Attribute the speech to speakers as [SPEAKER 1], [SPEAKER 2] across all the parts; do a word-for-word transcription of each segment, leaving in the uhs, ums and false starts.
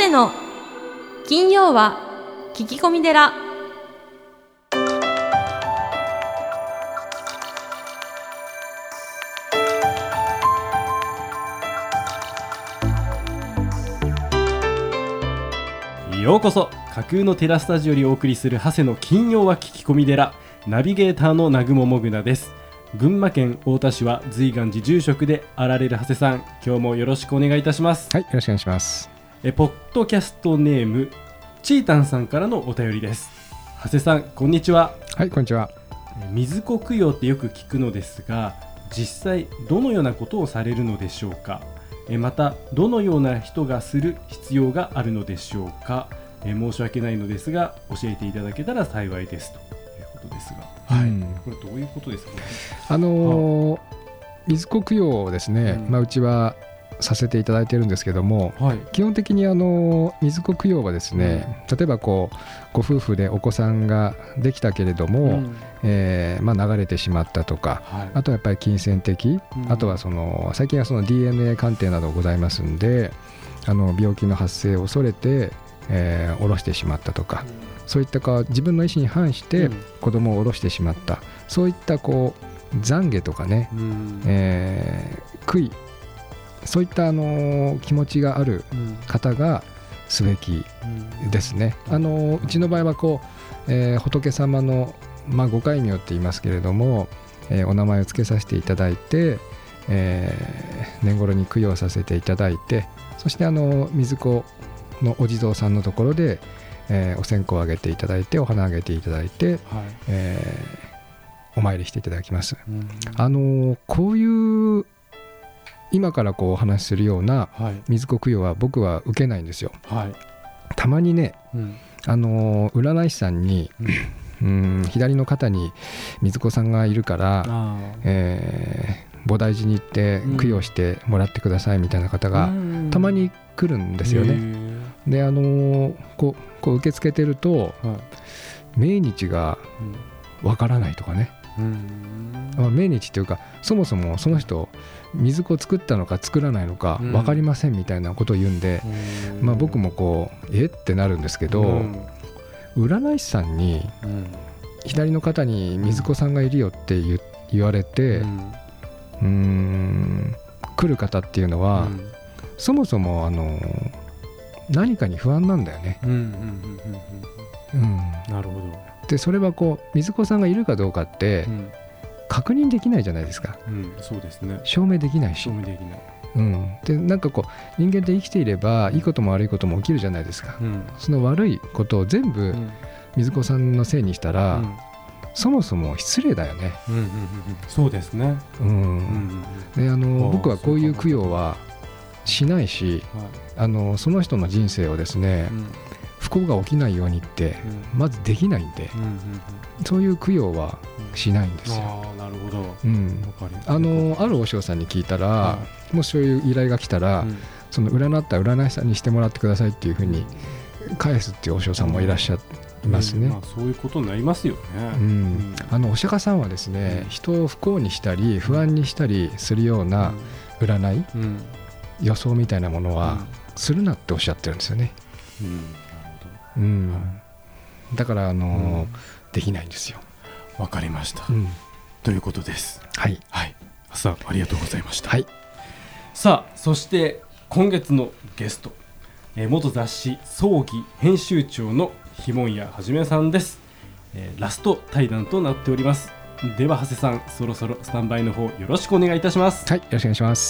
[SPEAKER 1] 谷の金曜は聞き込み寺。
[SPEAKER 2] ようこそ。架空のテラスタジオにお送りする長谷の金曜は聞き込み寺、ナビゲーターの南雲もぐなです。群馬県太田市は随願寺住職であられる長谷さん、今日もよろしくお願いいたします。
[SPEAKER 3] はい、よろしくお願いします。
[SPEAKER 2] えポッドキャストネームチータンさんからのお便りです。長谷さん、こんにちは。
[SPEAKER 3] はい、こんにちは。
[SPEAKER 2] 水子供養ってよく聞くのですが、実際どのようなことをされるのでしょうか。えまたどのような人がする必要があるのでしょうか。え申し訳ないのですが教えていただけたら幸いですということですが、はい、うん、これどういうことですかね。
[SPEAKER 3] あのー、水子供養をですね、うんまあ、うちはさせていただいているんですけども、はい、基本的にあの水子供養はですね、うん、例えばこうご夫婦でお子さんができたけれども、うんえーまあ、流れてしまったとか、はい、あとはやっぱり金銭的、うん、あとはその最近はその ディーエヌエー 鑑定などございますんで、あの病気の発生を恐れて、えー、下ろしてしまったとか、うん、そういったか自分の意思に反して子供を下ろしてしまった、うん、そういったこう懺悔とかね、うんえー、悔い、そういったあの気持ちがある方がすべきですね。うん、あのうちの場合はこう、えー、仏様の、まあ、ご戒名って言いますけれども、えー、お名前を付けさせていただいて、えー、年頃に供養させていただいて、そしてあの水子のお地蔵さんのところで、えー、お線香をあげていただいて、お花をあげていただいて、はいえー、お参りしていただきます。うん、あのこういう今からこうお話しするような水子供養は僕は受けないんですよ。はい、たまにね、うん、あの占い師さんに、うん、うん左の肩に水子さんがいるから、えー、菩提寺に行って供養してもらってくださいみたいな方がたまに来るんですよね。であのこう、こう受け付けてると、はい、命日がわからないとかね、うんまあ、命日っていうかそもそもその人水子を作ったのか作らないのか分かりませんみたいなことを言うんで、うんまあ、僕もこうえってなるんですけど、うん、占い師さんに、うん、左の方に水子さんがいるよって言、言われて、うん、うーん来る方っていうのは、うん、そもそもあの何かに不安なんだよね。
[SPEAKER 2] なるほど。
[SPEAKER 3] でそれはこう水子さんがいるかどうかって、うん確認できないじゃないですか。うん、そうですね。証明できないし。証明できない。うん、でなんかこう人間って生きていればいいことも悪いことも起きるじゃないですか。うん、その悪いことを全部水子さんのせいにしたら、うん、そもそも失礼だよね。
[SPEAKER 2] うんうんうん、そうですね。うん
[SPEAKER 3] うんうん、であの僕はこういう供養はしないし、はい、あのその人の人生をですね、うん不幸が起きないようにってまずできないんで、うんうんうん、そういう供養はしないんですよ。
[SPEAKER 2] あなるほど、
[SPEAKER 3] うん、わかりあのある和尚さんに聞いたら、はい、もしそういう依頼が来たら、うん、その占った占い師さんにしてもらってくださいっていうふうに返すっていう和尚さんもいらっしゃいますね。うんまあ、
[SPEAKER 2] そういうことになりますよね。
[SPEAKER 3] うんうん、あのお釈迦さんはですね、うん、人を不幸にしたり不安にしたりするような占い、うんうん、予想みたいなものはするなっておっしゃってるんですよね。うんうん、だからあのーうん、できないんですよ。
[SPEAKER 2] わかりました、うん、ということです。
[SPEAKER 3] はい、
[SPEAKER 2] はい、朝ありがとうございました。
[SPEAKER 3] はい、
[SPEAKER 2] さあそして今月のゲスト、えー、元雑誌葬儀編集長のひもんやはじめさんです。えー、ラスト対談となっております。では長谷さん、そろそろスタンバイの方よろしくお願いいたします。
[SPEAKER 3] はい、よろしくお願いします。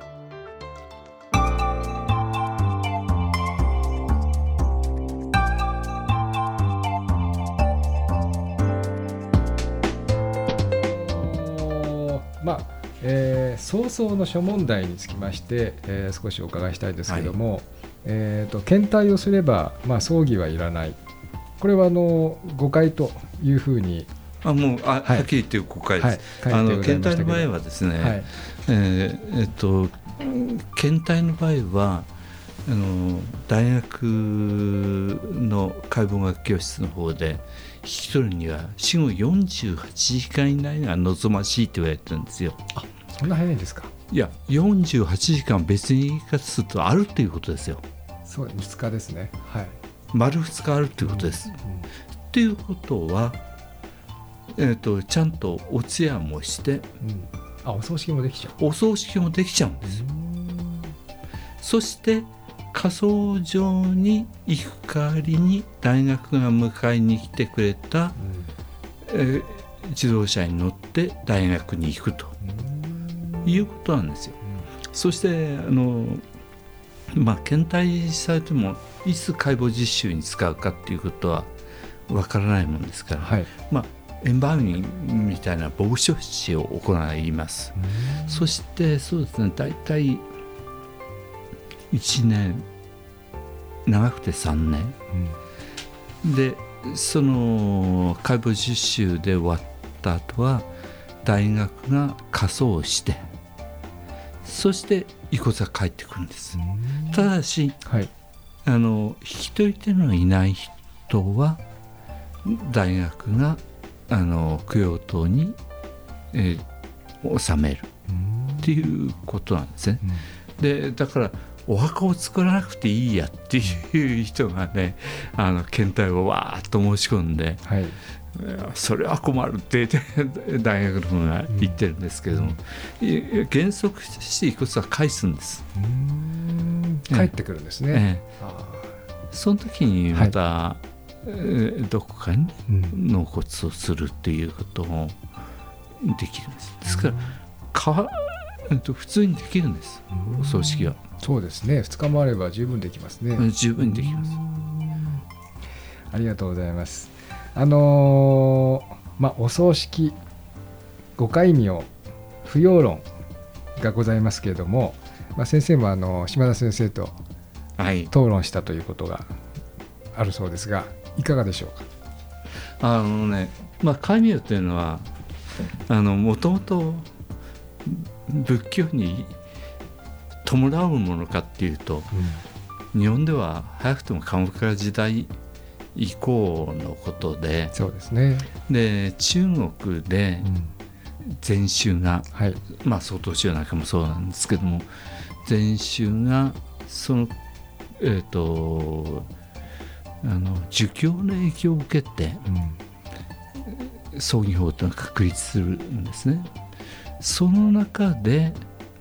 [SPEAKER 3] まあえー、早々の諸問題につきまして、えー、少しお伺いしたいですけども、はいえー、と検体をすれば、まあ、葬儀はいらない、これはあの誤解というふうに
[SPEAKER 4] あもうあ、はい、はっきり言って誤解です、はい、あの検体の場合はですね、はいえーえー、と検体の場合はあの大学の解剖学教室の方で引き取るには死後よんじゅうはちじかん以内が望ましいと言われてるんですよ。
[SPEAKER 3] あ、そんな早いんですか。
[SPEAKER 4] いやよんじゅうはちじかん別に言い方するとあるということですよ。
[SPEAKER 3] そうふつかですね、はい、
[SPEAKER 4] 丸ふつかあるということです。って、うんうん、いうことは、えーと、ちゃんとお通夜もして、うん、
[SPEAKER 3] あお葬式もできちゃう
[SPEAKER 4] お葬式もできちゃうんですよ。そして火葬場に行く代わりに大学が迎えに来てくれた、うんえー、自動車に乗って大学に行くということなんですよ。うん、そしてあの、まあ、検体されてもいつ解剖実習に使うかっていうことはわからないものですから、はい、まあ、エンバーミンみたいな防腐処置を行います。そしてそうですね、大体いちねん、長くてさんねん、うん、でその解剖実習で終わった後は大学が火葬して、そして遺骨が帰ってくるんです。ただし、はい、あの引き取り手のいない人は大学があの供養塔に、えー、納めるっていうことなんですね。でだからお墓を作らなくていいやっていう人がね、あの検体をわーっと申し込んで、はい、それは困るって大学の方が言ってるんですけれども、うん、原則して遺骨は返すんです。
[SPEAKER 3] うーん、帰ってくるんですね。ええ、
[SPEAKER 4] その時にまた、はい、どこかに納骨をするっていうこともできるんです。ですからか普通にできるんです、お葬式は。
[SPEAKER 3] そうですね、ふつかもあれば十分できますね。
[SPEAKER 4] 十分できます。
[SPEAKER 3] ありがとうございます。あのーまあ、お葬式、ご戒名、不要論がございますけれども、まあ、先生もあの島田先生と討論したということがあるそうですが、いかがでしょうか。
[SPEAKER 4] あのね、まあ、戒名というのはもともと仏教に弔うものかっていうと、うん、日本では早くても鎌倉時代以降のことで、
[SPEAKER 3] そうですね。
[SPEAKER 4] で中国で禅宗が、うん、はい、まあ曹洞宗なんかもそうなんですけども、禅宗がそのえっとあの儒教の影響を受けて、うん、葬儀法というのが確立するんですね。その中で、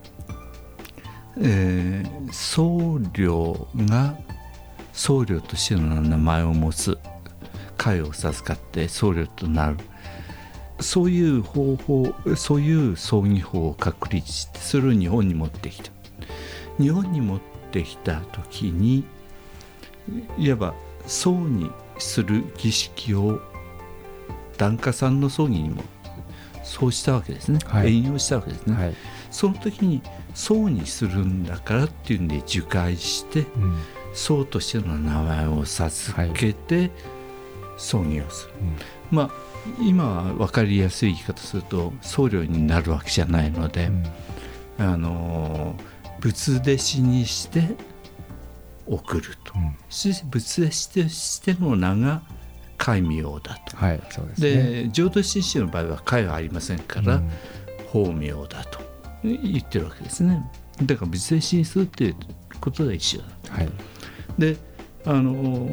[SPEAKER 4] えー、僧侶が僧侶としての名前を持つ、戒を授かって僧侶となる、そういう方法、そういう葬儀法を確立して、それを日本に持ってきた。日本に持ってきた時に、いわば葬にする儀式を檀家さんの葬儀にもそうしたわけですね、はい、援用したわけですね、はい、その時に葬にするんだからっていうんで受戒して、うん、僧としての名前を授けて葬儀をする、はい、うん、まあ今は分かりやすい言い方すると僧侶になるわけじゃないので、うん、あの仏弟子にして送ると、うん、そして仏弟子としての名が戒名だと、
[SPEAKER 3] はい、そうですね。
[SPEAKER 4] で浄土真宗の場合は戒はありませんから、うん、法名だと言ってるわけですね。だから仏弟子にするっていうことが一緒だ、はい、であの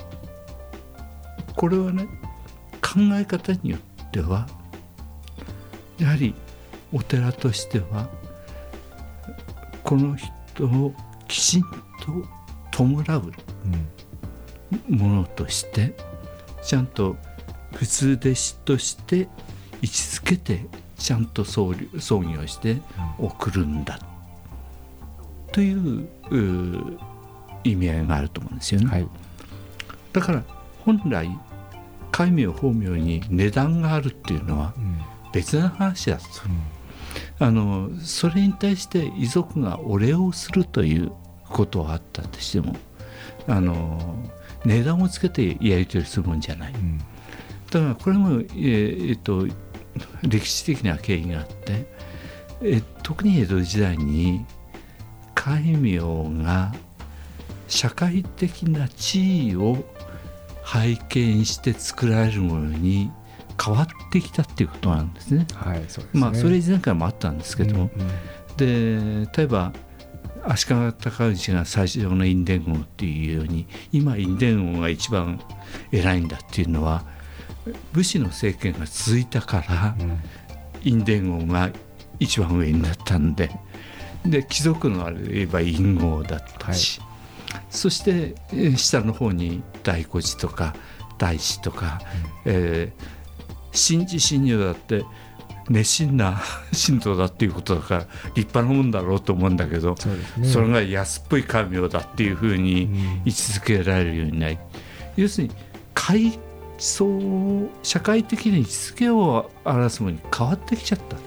[SPEAKER 4] これはね、考え方によってはやはりお寺としてはこの人をきちんと弔うものとして、うん、ちゃんと普通弟子として位置づけてちゃんと葬儀をして送るんだという、うん、意味合いがあると思うんですよね、はい、だから本来戒名法名に値段があるっていうのは別な話だと、うん、あのそれに対して遺族がお礼をするということはあったとしても、あの値段をつけてやり取りするもんじゃない、うん、だからこれも、えーえっと、歴史的な経緯があって、え特に江戸時代に戒名が社会的な地位を拝見して作られるものに変わってきたっていうことなんですね。
[SPEAKER 3] はい、そうですね。
[SPEAKER 4] まあそれ以前からもあったんですけども、うんうん、で例えば足利尊氏が最初の印伝王っていうように今印伝王が一番偉いんだっていうのは武士の政権が続いたから、うん、印伝王が一番上になったんで、で貴族のあれ言えば印王だったし、はい、そして下の方に大古寺とか大師とか、うんえー、神事神女だって熱心な神道だっていうことだから立派なもんだろうと思うんだけど そ,、ね、それが安っぽい戒名だっていうふうに位置づけられるようになり、うん、要するに階層社会的な位置づけを表すものに変わってきちゃった、うん、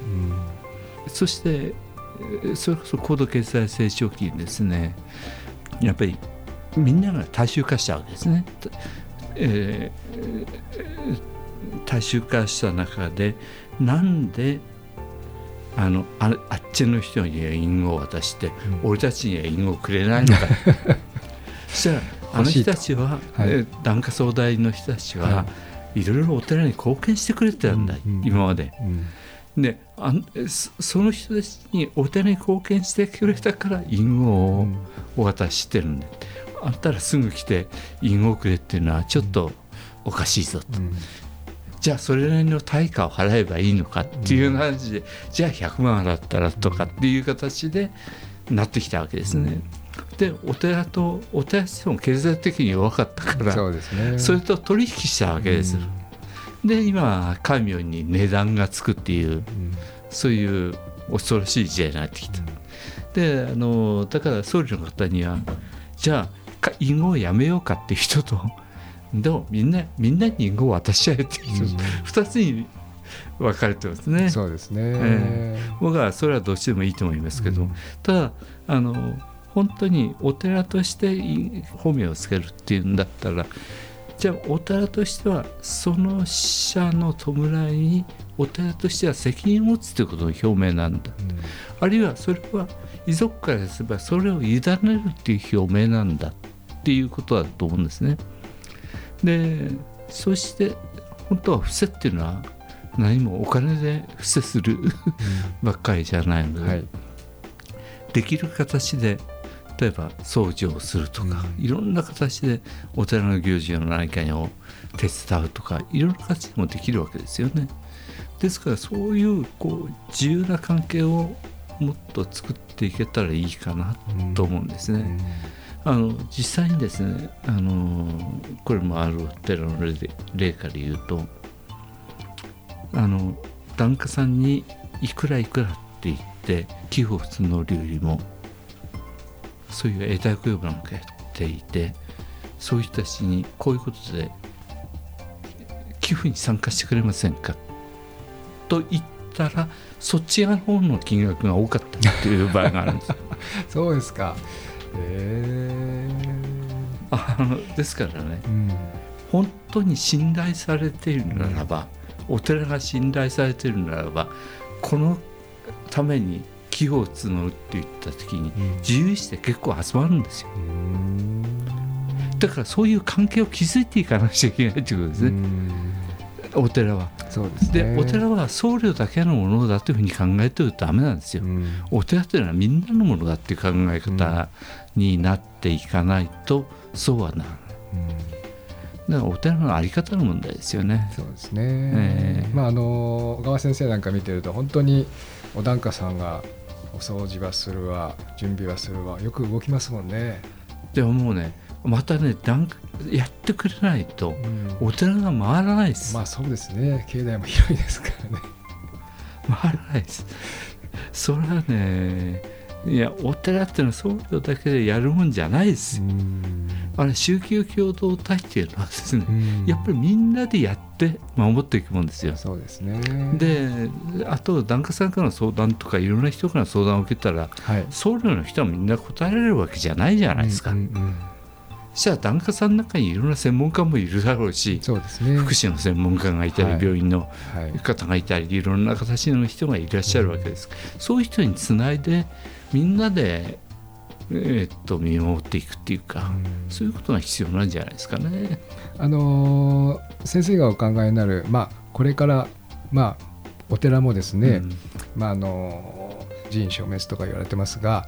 [SPEAKER 4] そしてそれこそ高度経済成長期にですねやっぱりみんなが大衆化したわけですね、えー、大衆化した中でなんで あの あ, あっちの人には印を渡して、うん、俺たちには印をくれないのかそしたらあの人たちは、はい、檀家総代の人たちは、はい、いろいろお寺に貢献してくれてたんだ、うん、今まで、うん、であその人たちにお寺に貢献してくれたから印をお渡ししてるんだ、うん、あんたらすぐ来て印をくれっていうのはちょっとおかしいぞと、うん、じゃあそれなりの対価を払えばいいのかっていう話で、うん、じゃあひゃくまん払ったらとかっていう形でなってきたわけですね、うん、でお寺とお寺としても経済的に弱かったから
[SPEAKER 3] そうですね、
[SPEAKER 4] それと取引したわけです、うん、で今戒名に値段がつくっていう、うん、そういう恐ろしい時代になってきた、うん、であのだから僧侶の方にはじゃあ印をやめようかっていう人とでもみんなみんなに印を渡しちゃえっていう、うん、ふたつに分かれてますね。
[SPEAKER 3] そうですね、
[SPEAKER 4] えー、僕はそれはどっちでもいいと思いますけど、うん、ただあの本当にお寺として褒めをつけるっていうんだったらじゃあお寺としてはその死者の弔いにお寺としては責任を持つということの表明なんだ、うん、あるいはそれは遺族からすればそれを委ねるっていう表明なんだっていうことだと思うんですね。でそして本当は伏せっていうのは何もお金で伏せする、うん、ばっかりじゃないので、はい、できる形で例えば掃除をするとか、うん、いろんな形でお寺の行事の何かを手伝うとかいろんな形でもできるわけですよね。ですからそういうこう自由な関係をもっと作っていけたらいいかなと思うんですね、うんうん、あの実際にですねあのこれもあるお寺の 例, で例から言うとあの檀家さんにいくらいくらって言って寄付を募るよりもそういう永代供養なんかやっていてそういう人たちにこういうことで寄付に参加してくれませんかと言ったらそっち側の方の金額が多かったっていう場合があるんです
[SPEAKER 3] そうですか、へー、
[SPEAKER 4] あのですからね、うん、本当に信頼されているならば、うん、お寺が信頼されているならばこのために寄付を募るって言った時に、うん、自由して結構集まるんですよ。だからそういう関係を築いていかなくちゃいけないということですね、お寺は。
[SPEAKER 3] そうですね、
[SPEAKER 4] でお寺は僧侶だけのものだというふうに考えておいてダメなんですよ、うん、お寺というのはみんなのものだっていう考え方になっていかないとそうはならない、うん、だからお寺の在り方の問題ですよね。
[SPEAKER 3] そうですね、えーまあ、あの小川先生なんか見てると本当にお檀家さんがお掃除はするわ準備はするわよく動きますもんね。
[SPEAKER 4] でももうねまたねやってくれないとお寺が回らないです、
[SPEAKER 3] うん、まあそうですね、境内も広いですからね
[SPEAKER 4] 回らないです。それはねいやお寺っていうのは僧侶だけでやるもんじゃないですよ。あれ宗教共同体っていうのはですねやっぱりみんなでやって守っていくもんですよ。
[SPEAKER 3] そうですね。
[SPEAKER 4] であと檀家さんからの相談とかいろんな人からの相談を受けたら、はい、僧侶の人はみんな答えられるわけじゃないじゃないですか、うんうんうん、そしたら檀家さんの中にいろんな専門家もいるだろうし、
[SPEAKER 3] そうですね、
[SPEAKER 4] 福祉の専門家がいたり、はい、病院の方がいたりいろんな形の人がいらっしゃるわけです、うん、そういう人につないでみんなで、えー、っと見守っていくっていうか、うん、そういうことが必要なんじゃないですかね。
[SPEAKER 3] あのー、先生がお考えになる、まあ、これから、まあ、お寺もですね、うんまあ、あの寺院消滅とか言われてますが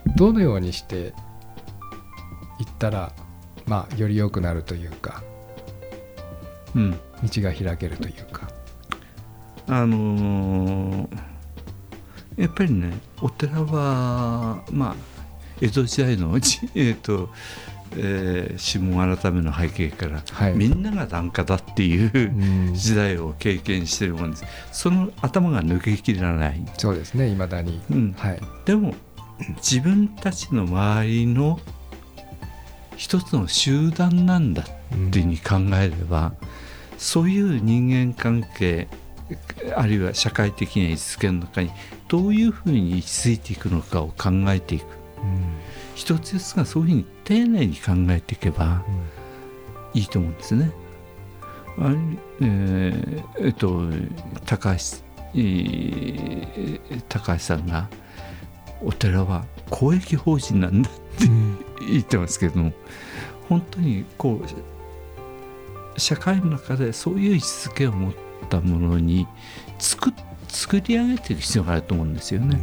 [SPEAKER 3] どのようにしていったら、まあ、より良くなるというか、うん、道が開けるというか。
[SPEAKER 4] あのー、やっぱりね、お寺は、まあ、江戸時代の、えーとえー、下改めの背景から、はい、みんなが檀家だっていう時代を経験しているもんです。その頭が抜けきらない。
[SPEAKER 3] そうですね、いまだに、うん
[SPEAKER 4] はい、でも自分たちの周りの一つの集団なんだっていうふうに考えれば、うん、そういう人間関係あるいは社会的な位置づけの中にどういうふうに位置づいていくのかを考えていく、うん、一つずつがそういうふうに丁寧に考えていけばいいと思うんですね。あれ、えーえっと高橋、えー、高橋さんがお寺は公益法人なんだって言ってますけども、本当にこう社会の中でそういう位置づけを持ったものに作、作り上げていく必要があると思うんですよね。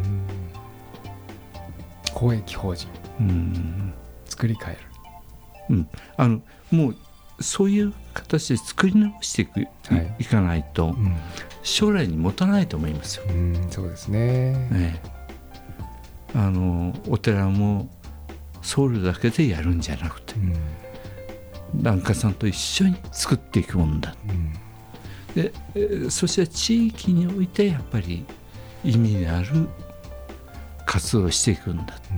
[SPEAKER 3] 公益法人、うん、作り変える、
[SPEAKER 4] うん、あのもうそういう形で作り直していく、はい、いかないと、うん、将来に持たないと思いますよ。
[SPEAKER 3] うん、そうですね。
[SPEAKER 4] ね、あのお寺も僧侶だけでやるんじゃなくて、檀家さんと一緒に作っていくもんだ、うん、でそして地域においてやっぱり意味のある活動をしていくんだ、うん、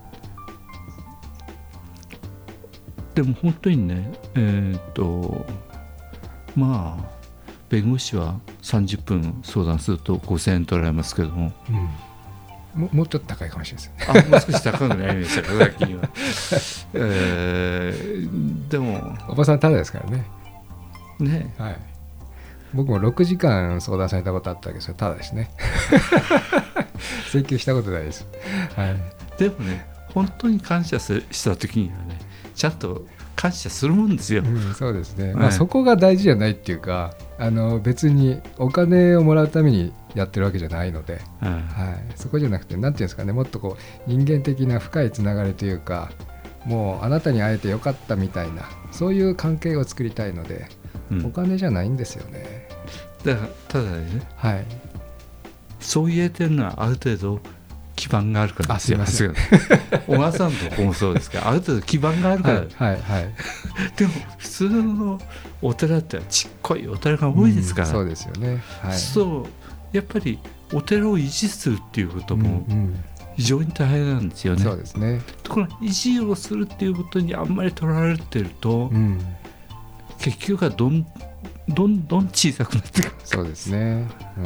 [SPEAKER 4] でも本当にね、えー、っとまあ弁護士はさんじゅっぷん相談するとごせんえん取られますけども、
[SPEAKER 3] うんも, もうちょっと高いかもしれないです
[SPEAKER 4] ね。あ、もう少し高くなりましたか、最近は。えー、でも
[SPEAKER 3] おばさんただですからね。
[SPEAKER 4] ね、
[SPEAKER 3] はい。僕もろくじかん相談されたことあったけど、それただですね。請求したことないです。はい。
[SPEAKER 4] でもね、本当に感謝した時にはね、ちゃんと感謝するもんですよ。
[SPEAKER 3] うん、そうですね。はい、まあ、そこが大事じゃないっていうか、あの別にお金をもらうためにやってるわけじゃないので、はいはい、そこじゃなくて、なんていうんですかね、もっとこう人間的な深いつながりというか、もうあなたに会えてよかったみたいな、そういう関係を作りたいので、うん、お金じゃないんですよね。
[SPEAKER 4] だからただね、
[SPEAKER 3] はい、
[SPEAKER 4] そう言えてるのはある程度基盤があるからですよ。
[SPEAKER 3] あ、すいません。
[SPEAKER 4] 小川さんとこもそうですが、ある程度基盤があるから、はい
[SPEAKER 3] はいはい、
[SPEAKER 4] でも普通のお寺ってちっこいお寺が多いですから、うん、
[SPEAKER 3] そうですよね、はい、
[SPEAKER 4] そうやっぱりお寺を維持するっていうことも非常に大変なんですよね、
[SPEAKER 3] うんうん、そうですね。
[SPEAKER 4] ところが維持をするっていうことにあんまり取られてると、うん、結局はどんどんどん小さくなってくる。
[SPEAKER 3] そうですね、うんうん、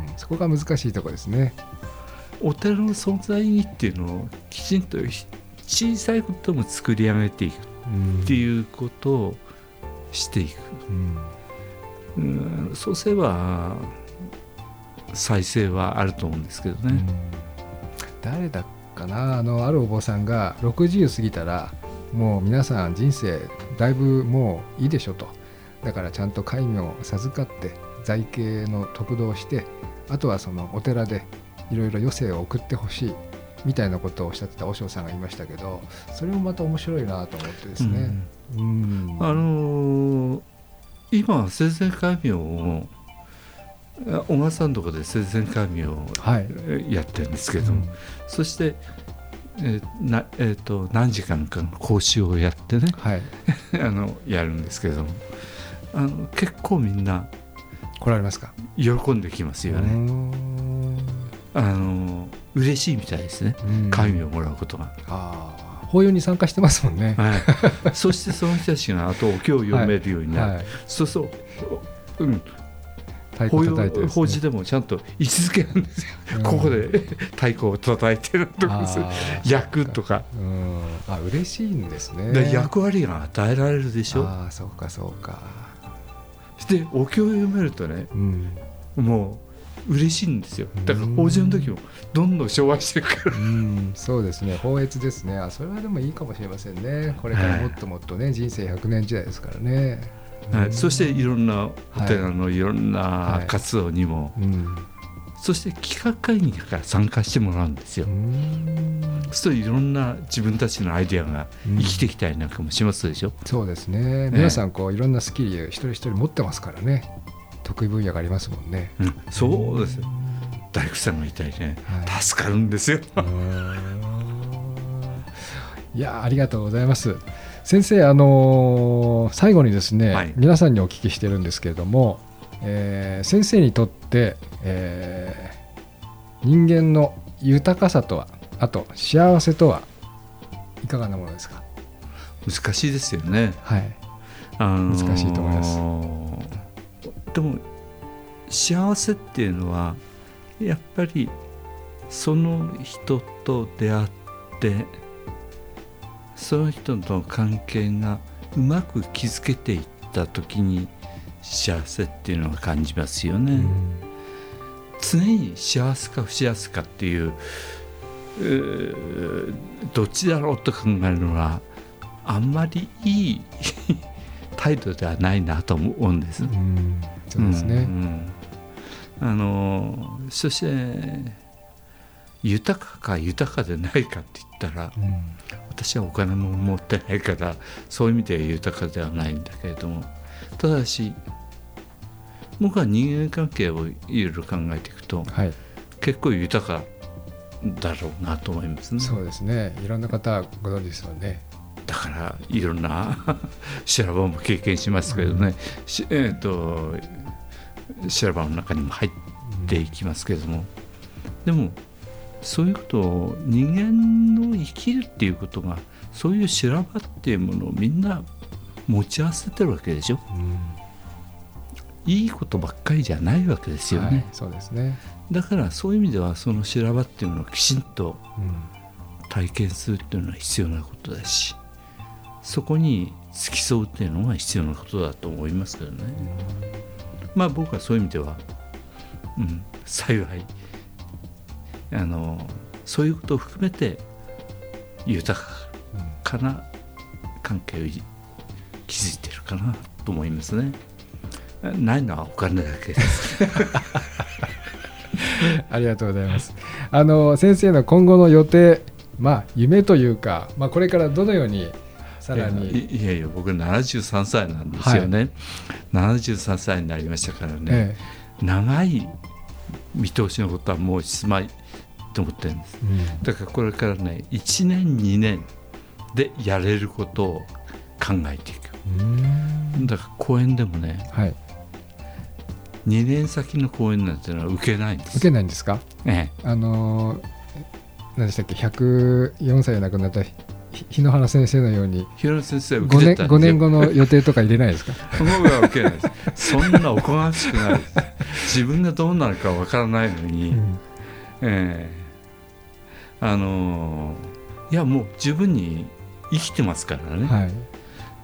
[SPEAKER 3] そこが難しいところですね。
[SPEAKER 4] お寺の存在意義っていうのをきちんと小さいことも作り上げていくっていうことをしていく、うんうん、そうすれば再生はあると思うんですけどね、うん、
[SPEAKER 3] 誰だかな、あのあるお坊さんがろくじゅう過ぎたらもう皆さん人生だいぶもういいでしょと、だからちゃんと戒名を授かって在家の得度をして、あとはそのお寺でいろいろ余生を送ってほしいみたいなことをおっしゃってた和尚さんがいましたけど、それもまた面白いなと思ってですね、うんうん、
[SPEAKER 4] あのー、今生前戒名を小川さんとかで生前戒名をやってるんですけども、はい、うん、そしてえーなえー、と何時間かの講習をやってね、はい、あのやるんですけども、あの結構みんな
[SPEAKER 3] 来られますか？
[SPEAKER 4] 喜んできますよね。あの嬉しいみたいですね、戒名をもらうことが。
[SPEAKER 3] あ、法要に参加してますもんね、
[SPEAKER 4] はい、そしてその人たちがあとお経を読めるようになる、はいはい、そうそう、うん、法要、ね、法事でもちゃんと位置づけなんですよ、うん、ここで太鼓を叩いてるとか役とか、
[SPEAKER 3] うん、あ、嬉しいんですね。で
[SPEAKER 4] 役割が与えられるでしょ。
[SPEAKER 3] あ、そうかそうか。
[SPEAKER 4] でお経を読めるとね、うん、もう嬉しいんですよ。だから法事の時もどんどん昭和していくから、うん、
[SPEAKER 3] そうですね、法悦ですね。あ、それはでもいいかもしれませんね。これからもっともっとね、はい、人生ひゃくねん時代ですからね、
[SPEAKER 4] はい、そしていろんなお寺のいろんな活動にもそして企画会議から参加してもらうんですよ。そうするといろんな自分たちのアイデアが生きてきたりなんかもしますでしょ。うん、
[SPEAKER 3] そうですね。皆さんこういろんなスキル一人一人持ってますからね。得意分野がありますもんね。
[SPEAKER 4] うん、そうですよ。大工さんがいたりね、はい、助かるんですよ。
[SPEAKER 3] いやありがとうございます。先生、あのー、最後にですね、はい、皆さんにお聞きしてるんですけれども、えー、先生にとって、えー、人間の豊かさとは、あと幸せとはいかがなものですか。
[SPEAKER 4] 難しいですよね。
[SPEAKER 3] はい、あのー、難しいと思います。
[SPEAKER 4] でも幸せっていうのはやっぱりその人と出会ってその人との関係がうまく築けていった時に幸せっていうのは感じますよね。うん、常に幸せか不幸せかっていう、えー、どっちだろうと考えるのはあんまりいい態度ではないなと思うんです。うん、
[SPEAKER 3] そうですね。うん
[SPEAKER 4] うん、あのそして豊かか豊かでないかって言ったら、うん、私はお金も持ってないからそういう意味では豊かではないんだけれども、ただし僕は人間関係をいろいろ考えていくと、はい、結構豊かだろうなと思いますね。
[SPEAKER 3] そうですね。いろんな方ご存知ですよね。
[SPEAKER 4] だからいろんな修羅場も経験しますけどね、うん、えーと修羅場の中にも入っていきますけれども、うん、でもそういうことを人間の生きるっていうことがそういう修羅場っていうものをみんな持ち合わせてるわけでしょ。うん、いいことばっかりじゃないわけですよね。はい、
[SPEAKER 3] そうですね。
[SPEAKER 4] だからそういう意味ではその修羅場っていうのをきちんと体験するっていうのは必要なことだし、そこに付き添うっていうのが必要なことだと思いますけどね。うん、まあ僕はそういう意味では、うん、幸いあのそういうことを含めて豊かな関係を築いてるかなと思いますね。ないのはお金だけです
[SPEAKER 3] ありがとうございます。あの先生の今後の予定、まあ夢というか、まあ、これからどのようにさらに。
[SPEAKER 4] いやいや僕ななじゅうさんさいなんですよね。はい、ななじゅうさんさいになりましたからね、ええ、長い見通しのことはもうしまいと思ってるんです。うん、だからこれからねいちねんにねんでやれることを考えていく。うんだから講演でもね、はい、にねん先の講演なんてのは受けないんです。
[SPEAKER 3] 受けないんですか。ええ、あの何でしたっけ、ひゃくよんさいで亡くなった日野原先生のように
[SPEAKER 4] 日野原先生は受けてたんですよ。
[SPEAKER 3] ごねんごの予定とか入れないですか。
[SPEAKER 4] 僕は受けないです。そんなおこがましくないです。自分がどうなるかわからないのに、うん、えー、あのいやもう十分に生きてますからね。はい、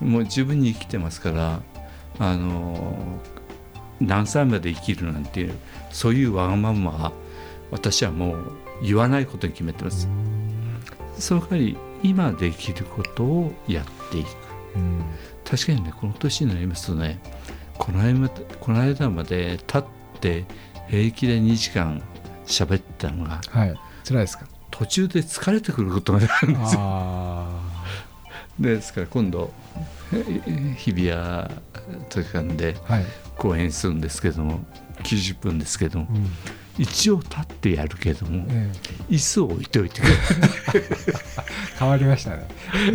[SPEAKER 4] もう十分に生きてますから、あの何歳まで生きるなんていうそういうわがままは私はもう言わないことに決めてます。その代わり今できることをやっていく。確かにねこの年になりますとね、この間、この間まで立って平気でにじかん喋ったのが、
[SPEAKER 3] はい、辛いですか。
[SPEAKER 4] 途中で疲れてくることがあるんですよ。あですから今度日比谷図書館で講演するんですけども、きゅうじゅっぷんですけども、うん、一応立ってやるけども、ええ、椅子を置いておいてくれ
[SPEAKER 3] 変わりましたね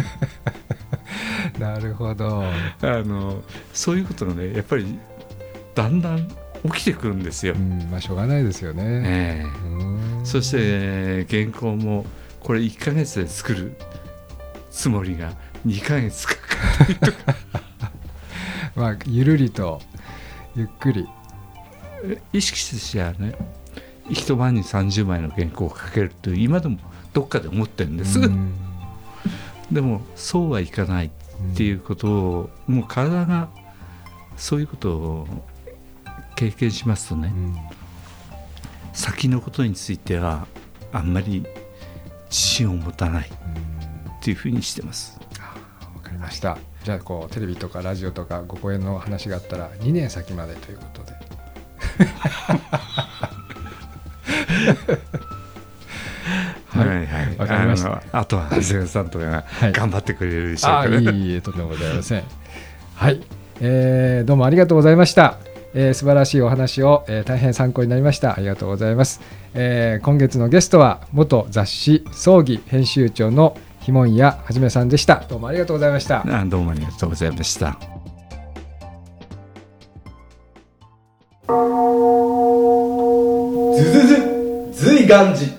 [SPEAKER 3] なるほど。
[SPEAKER 4] あのそういうことがねやっぱりだんだん起きてくるんですよ。うん、
[SPEAKER 3] まあ、しょうがないですよね。え
[SPEAKER 4] え、そして、えー、原稿もこれいっかげつで作るつもりがにかげつかかったりとか
[SPEAKER 3] まあゆるりとゆっくり
[SPEAKER 4] 意識してはね一晩にさんじゅうまいの原稿を書けるという今でもどっかで思ってるんです。でもそうはいかないっていうことをもう体がそういうことを経験しますとね、うん、先のことについてはあんまり自信を持たないっていうふうにしてます。
[SPEAKER 3] わかりました。じゃあこうテレビとかラジオとかご講演の話があったらにねん先までということではいはい、わかりました。
[SPEAKER 4] あとは長谷さんとかが頑張ってくれるでしょう
[SPEAKER 3] から、はい、あいいとんでもございません。はい、えー、どうもありがとうございました。えー、素晴らしいお話を、えー、大変参考になりました。ありがとうございます。えー、今月のゲストは元雑誌葬儀編集長のひもんやはじめさんでした。どうもありがとうございました。
[SPEAKER 4] あ、どうもありがとうございました。
[SPEAKER 2] ずずず随願寺。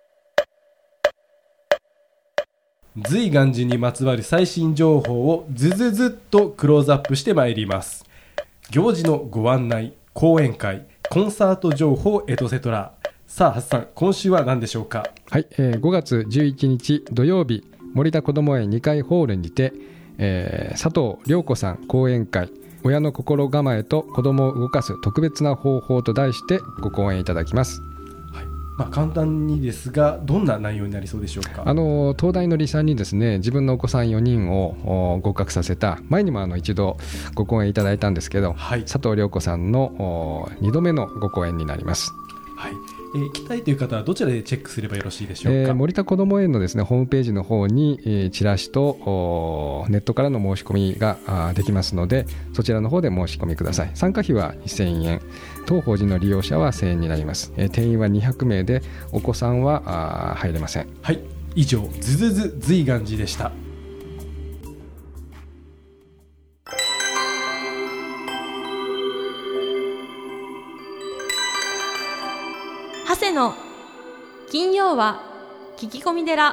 [SPEAKER 2] 随願寺にまつわる最新情報をずずずっとクローズアップしてまいります。行事のご案内、講演会、コンサート情報、エトセトラ。さあ、はっさん、今週は何でしょうか。
[SPEAKER 3] はい、えー、ごがつじゅういちにち土曜日、森田こども園にかいホールにて、えー、佐藤涼子さん講演会、親の心構えと子どもを動かす特別な方法と題してご講演いただきます。
[SPEAKER 2] はい、まあ、簡単にですが、どんな内容になりそうでしょうか。
[SPEAKER 3] あの東大の離散にですね、自分のお子さんよにんを合格させた、前にもあの一度ご講演いただいたんですけど、はい、佐藤涼子さんのにどめのご講演になります。
[SPEAKER 2] はい、えー、行きたいという方はどちらでチェックすればよろしいでしょうか。
[SPEAKER 3] えー、森田こども園のですねホームページの方に、えー、チラシとネットからの申し込みができますので、そちらの方で申し込みください。参加費はにせんえん、当法人の利用者はせんえんになります。えー、定員はにひゃくめいで、お子さんは入れません。
[SPEAKER 2] はい、以上ずずず随願寺でした。
[SPEAKER 1] 長谷の金曜は聞き込み寺。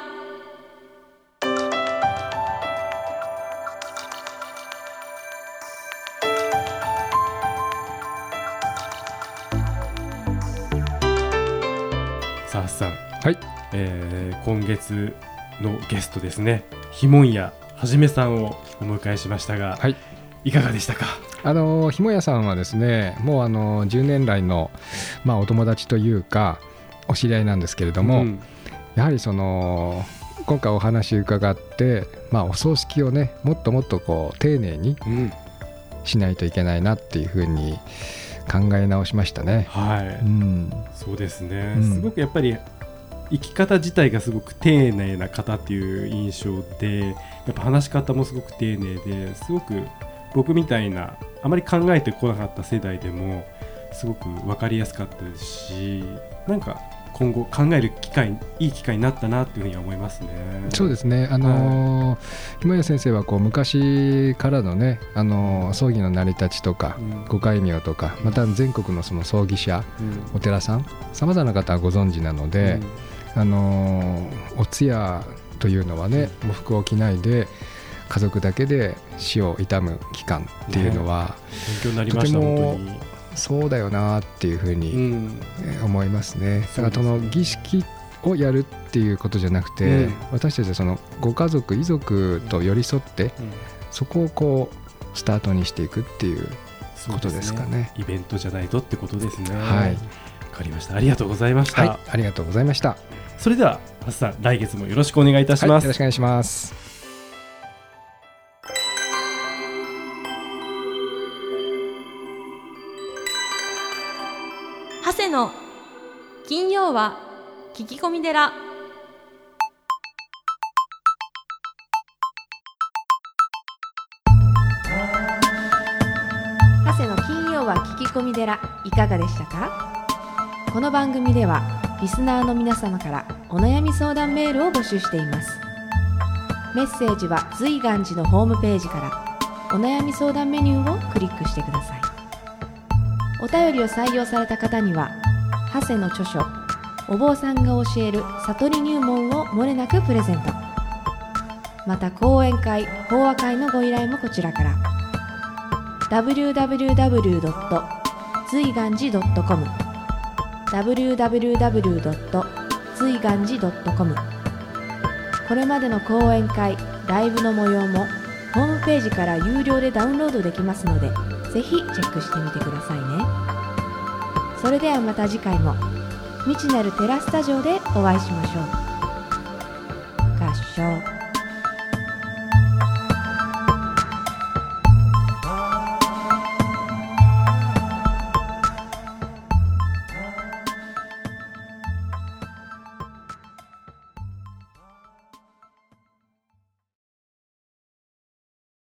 [SPEAKER 2] さあさん、
[SPEAKER 3] はい、
[SPEAKER 2] えー、今月のゲストですね、ひもんやはじめさんをお迎えしましたが、はい、いかがでしたか。
[SPEAKER 3] あのひもやさんはですね、もうあのじゅうねん来の、まあ、お友達というかお知り合いなんですけれども、うん、やはりその今回お話伺って、まあ、お葬式をねもっともっとこう丁寧にしないといけないなっていうふうに考え直しましたね。
[SPEAKER 2] はい、うん、そうですね、
[SPEAKER 3] うん、
[SPEAKER 2] すごくやっぱり生き方自体がすごく丁寧な方っていう印象で、やっぱ話し方もすごく丁寧で、すごく僕みたいなあまり考えてこなかった世代でもすごく分かりやすかったですし、なんか今後考える機会、いい機会になったなというふうには思いますね。
[SPEAKER 3] そうですね、あのー、ひもや先生はこう昔からのね、あのー、葬儀の成り立ちとか、うん、ご戒名とか、また全国のその葬儀社、うん、お寺さん、さまざまな方はご存知なので、うん、あのー、お通夜というのはね、喪服を着ないで家族だけで死を悼む期間っていうのは、ね、
[SPEAKER 2] 勉強になりました。本当に
[SPEAKER 3] そうだよなっていうふうに思いますね。だからその儀式をやるっていうことじゃなくて、うん、私たちはそのご家族遺族と寄り添って、うん、そこをこうスタートにしていくっていうことですか ね, ね
[SPEAKER 2] イベントじゃないとってことですね。
[SPEAKER 3] はい、
[SPEAKER 2] わかりました。ありがとうございました。
[SPEAKER 3] はい、ありがとうございました。
[SPEAKER 2] それでははっさん、来月もよろしくお願いいたします。はい、
[SPEAKER 3] よろしくお願いします。
[SPEAKER 1] 長谷の金曜は聞き込み寺。
[SPEAKER 5] 長谷の金曜は聞き込み寺、いかがでしたか。この番組ではリスナーの皆様からお悩み相談メールを募集しています。メッセージは随願寺のホームページからお悩み相談メニューをクリックしてください。お便りを採用された方には長谷の著書お坊さんが教える悟り入門をもれなくプレゼント。また講演会、法話会のご依頼もこちらから。 ダブリューダブリューダブリュードット随願寺ドットコム ダブリューダブリューダブリュードット随願寺ドットコム。 これまでの講演会、ライブの模様もホームページから有料でダウンロードできますので、ぜひチェックしてみてくださいね。それではまた次回も未知なるテラスタジオでお会いしましょう。合唱。